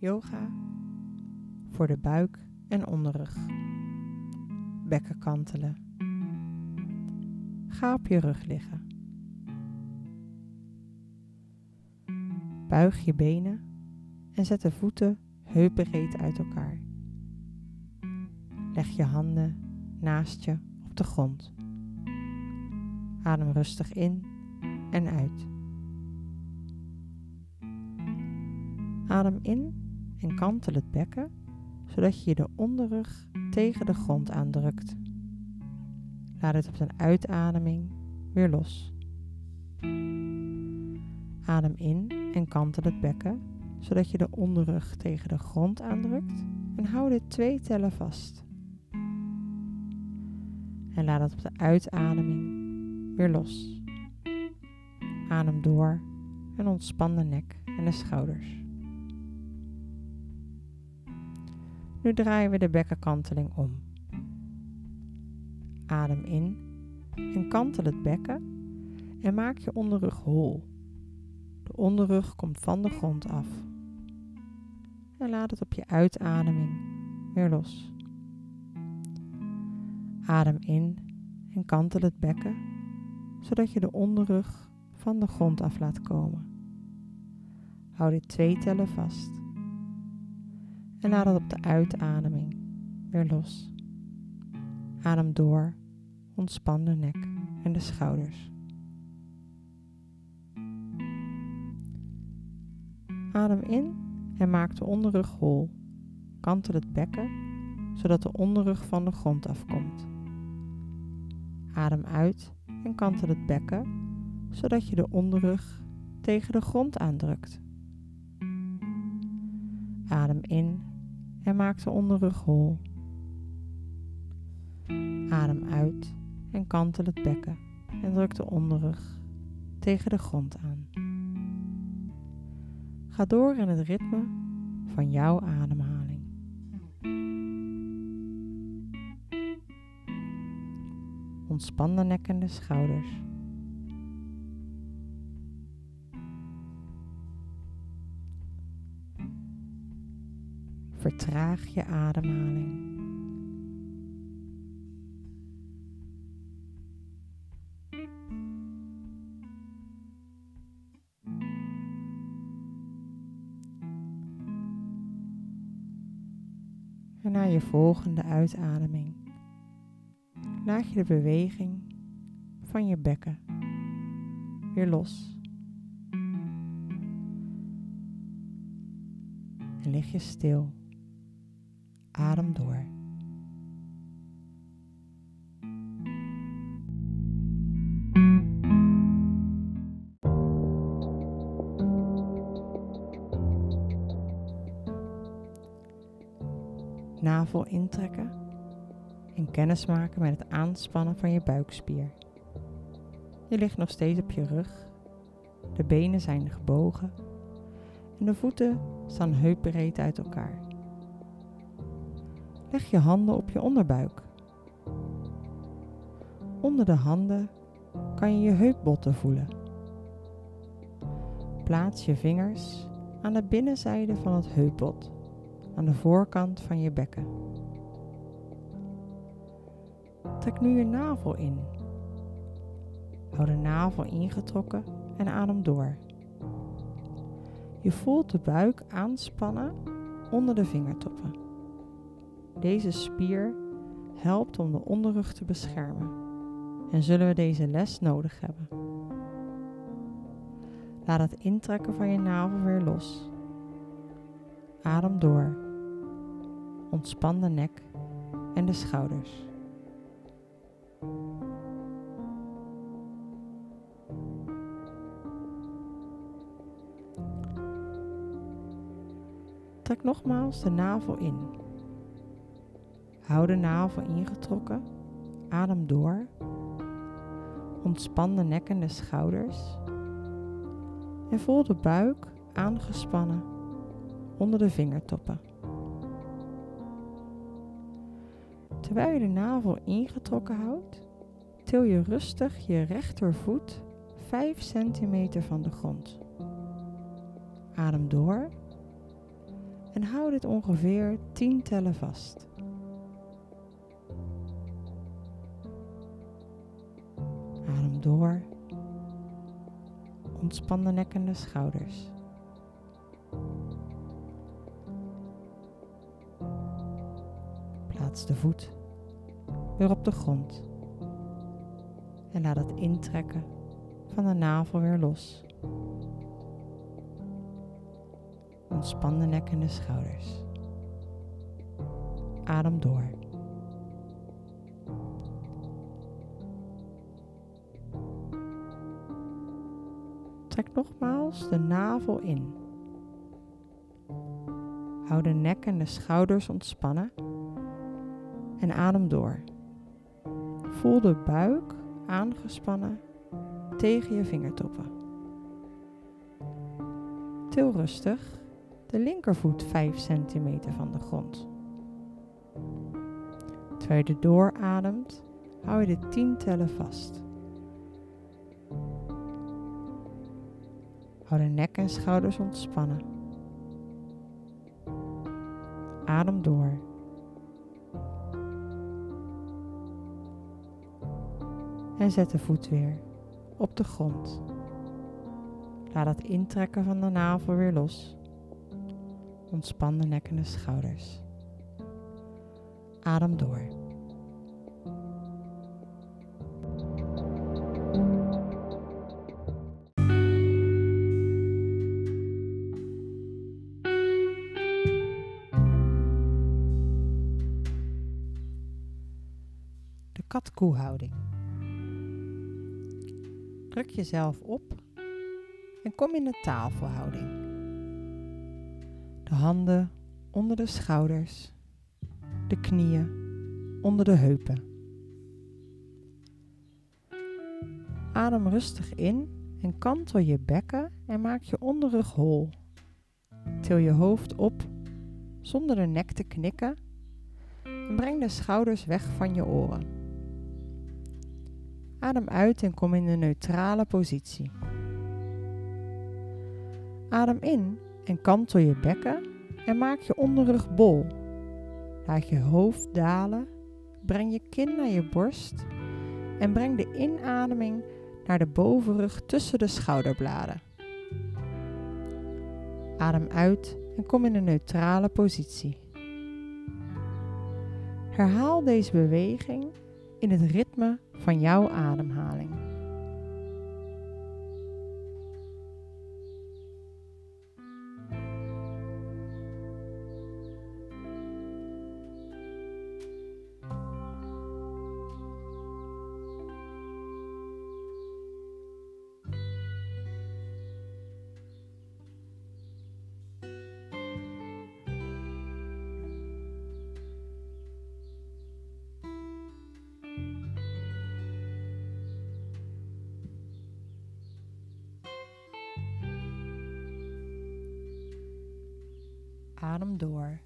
yoga voor de buik en onderrug. Bekken kantelen. Ga op je rug liggen. Buig je benen en zet de voeten heupbreed uit elkaar. Leg je handen naast je op de grond. Adem rustig in en uit. Adem in en kantel het bekken, zodat je de onderrug tegen de grond aandrukt. Laat het op een uitademing weer los. Adem in en kantel het bekken, zodat je de onderrug tegen de grond aandrukt en hou dit 2 tellen vast. En laat het op de uitademing weer los. Adem door en ontspan de nek en de schouders. Nu draaien we de bekkenkanteling om. Adem in en kantel het bekken en maak je onderrug hol. De onderrug komt van de grond af. En laat het op je uitademing weer los. Adem in en kantel het bekken, zodat je de onderrug van de grond af laat komen. Hou dit 2 tellen vast. En laat het op de uitademing weer los. Adem door, ontspan de nek en de schouders. Adem in en maak de onderrug hol. Kantel het bekken, zodat de onderrug van de grond afkomt. Adem uit en kantel het bekken, zodat je de onderrug tegen de grond aandrukt. Adem in en maak de onderrug hol. Adem uit en kantel het bekken en druk de onderrug tegen de grond aan. Ga door in het ritme van jouw ademhaling. Ontspan de nek en de schouders. Vertraag je ademhaling. En na je volgende uitademing laat je de beweging van je bekken weer los. En lig je stil. Adem door. Navel intrekken en kennis maken met het aanspannen van je buikspier. Je ligt nog steeds op je rug, de benen zijn gebogen en de voeten staan heupbreed uit elkaar. Leg je handen op je onderbuik. Onder de handen kan je je heupbotten voelen. Plaats je vingers aan de binnenzijde van het heupbot, aan de voorkant van je bekken. Trek nu je navel in. Hou de navel ingetrokken en adem door. Je voelt de buik aanspannen onder de vingertoppen. Deze spier helpt om de onderrug te beschermen en zullen we deze les nodig hebben. Laat het intrekken van je navel weer los. Adem door. Ontspan de nek en de schouders. Trek nogmaals de navel in. Hou de navel ingetrokken. Adem door. Ontspan de nek en de schouders. En voel de buik aangespannen onder de vingertoppen. Terwijl je de navel ingetrokken houdt, til je rustig je rechtervoet 5 centimeter van de grond. Adem door En hou dit ongeveer 10 tellen vast. Adem door. Ontspan de nek en de schouders. Plaats de voet weer op de grond. En laat het intrekken van de navel weer los. Ontspan de nek en de schouders. Adem door. Trek nogmaals de navel in. Hou de nek en de schouders ontspannen en adem door. Voel de buik aangespannen tegen je vingertoppen. Til rustig de linkervoet 5 centimeter van de grond. Terwijl je erdoor ademt, hou je de 10 tellen vast. Hou de nek en schouders ontspannen. Adem door. En zet de voet weer op de grond. Laat het intrekken van de navel weer los. Ontspan de nek en de schouders. Adem door. De kat-koe-houding. Druk jezelf op en kom in de tafelhouding. De handen onder de schouders, de knieën onder de heupen. Adem rustig in en kantel je bekken en maak je onderrug hol. Til je hoofd op zonder de nek te knikken en breng de schouders weg van je oren. Adem uit en kom in de neutrale positie. Adem in en kantel je bekken en maak je onderrug bol. Laat je hoofd dalen, breng je kin naar je borst en breng de inademing naar de bovenrug tussen de schouderbladen. Adem uit en kom in de neutrale positie. Herhaal deze beweging in het ritme van jouw ademhaling. Adem door.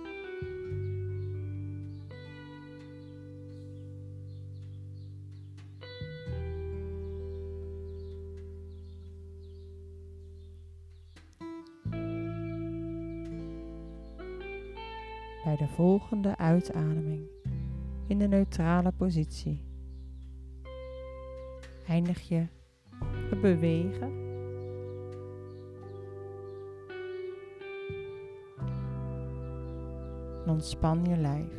Bij de volgende uitademing in de neutrale positie eindig je het bewegen en ontspan je lijf.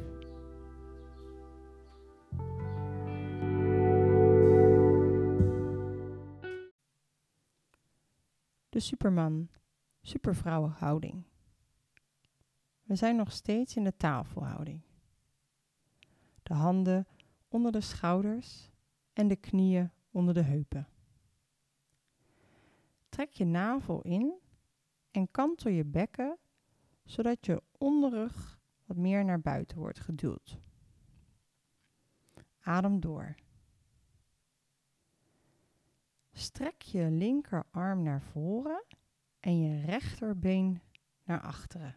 De supervrouwenhouding. We zijn nog steeds in de tafelhouding. De handen onder de schouders en de knieën onder de heupen. Trek je navel in en kantel je bekken, zodat je onderrug wat meer naar buiten wordt geduwd. Adem door. Strek je linkerarm naar voren en je rechterbeen naar achteren.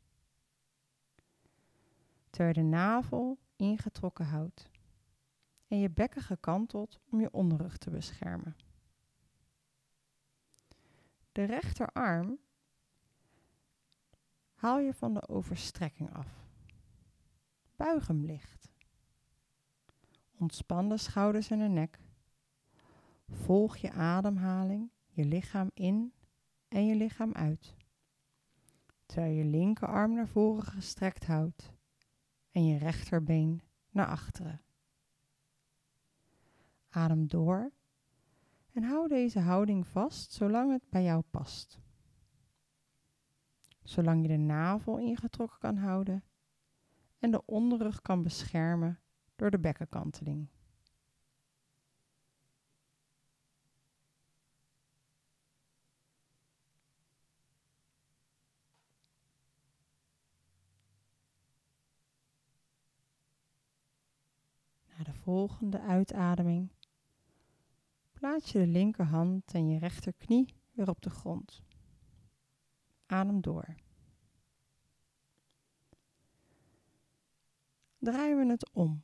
Terwijl je de navel ingetrokken houdt en je bekken gekanteld om je onderrug te beschermen. De rechterarm haal je van de overstrekking af. Buig hem licht. Ontspan de schouders en de nek. Volg je ademhaling, je lichaam in en je lichaam uit. Terwijl je linkerarm naar voren gestrekt houdt en je rechterbeen naar achteren. Adem door en hou deze houding vast zolang het bij jou past. Zolang je de navel ingetrokken kan houden en de onderrug kan beschermen door de bekkenkanteling. Na de volgende uitademing plaats je de linkerhand en je rechterknie weer op de grond. Adem door. Draaien we het om.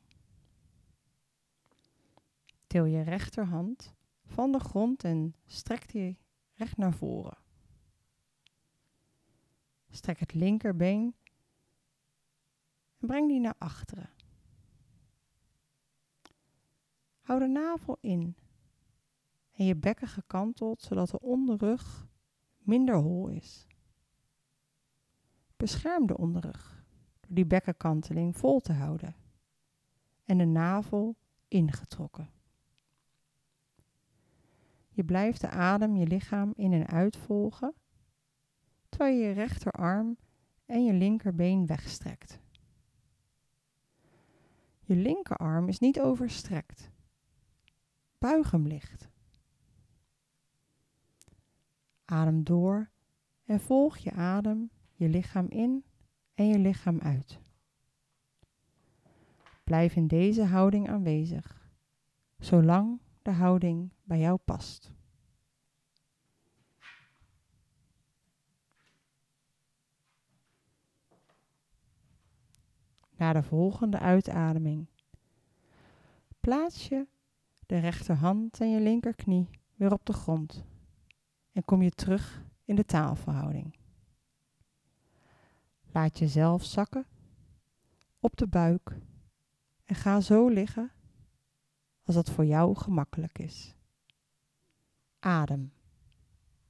Til je rechterhand van de grond en strek die recht naar voren. Strek het linkerbeen en breng die naar achteren. Hou de navel in en je bekken gekanteld zodat de onderrug minder hol is. Bescherm de onderrug door die bekkenkanteling vol te houden en de navel ingetrokken. Je blijft de adem je lichaam in en uit volgen, terwijl je je rechterarm en je linkerbeen wegstrekt. Je linkerarm is niet overstrekt. Buig hem licht. Adem door en volg je adem, je lichaam in en je lichaam uit. Blijf in deze houding aanwezig, zolang de houding bij jou past. Na de volgende uitademing plaats je de rechterhand en je linkerknie weer op de grond en kom je terug in de tafelhouding. Laat jezelf zakken op de buik en ga zo liggen als dat voor jou gemakkelijk is. Adem.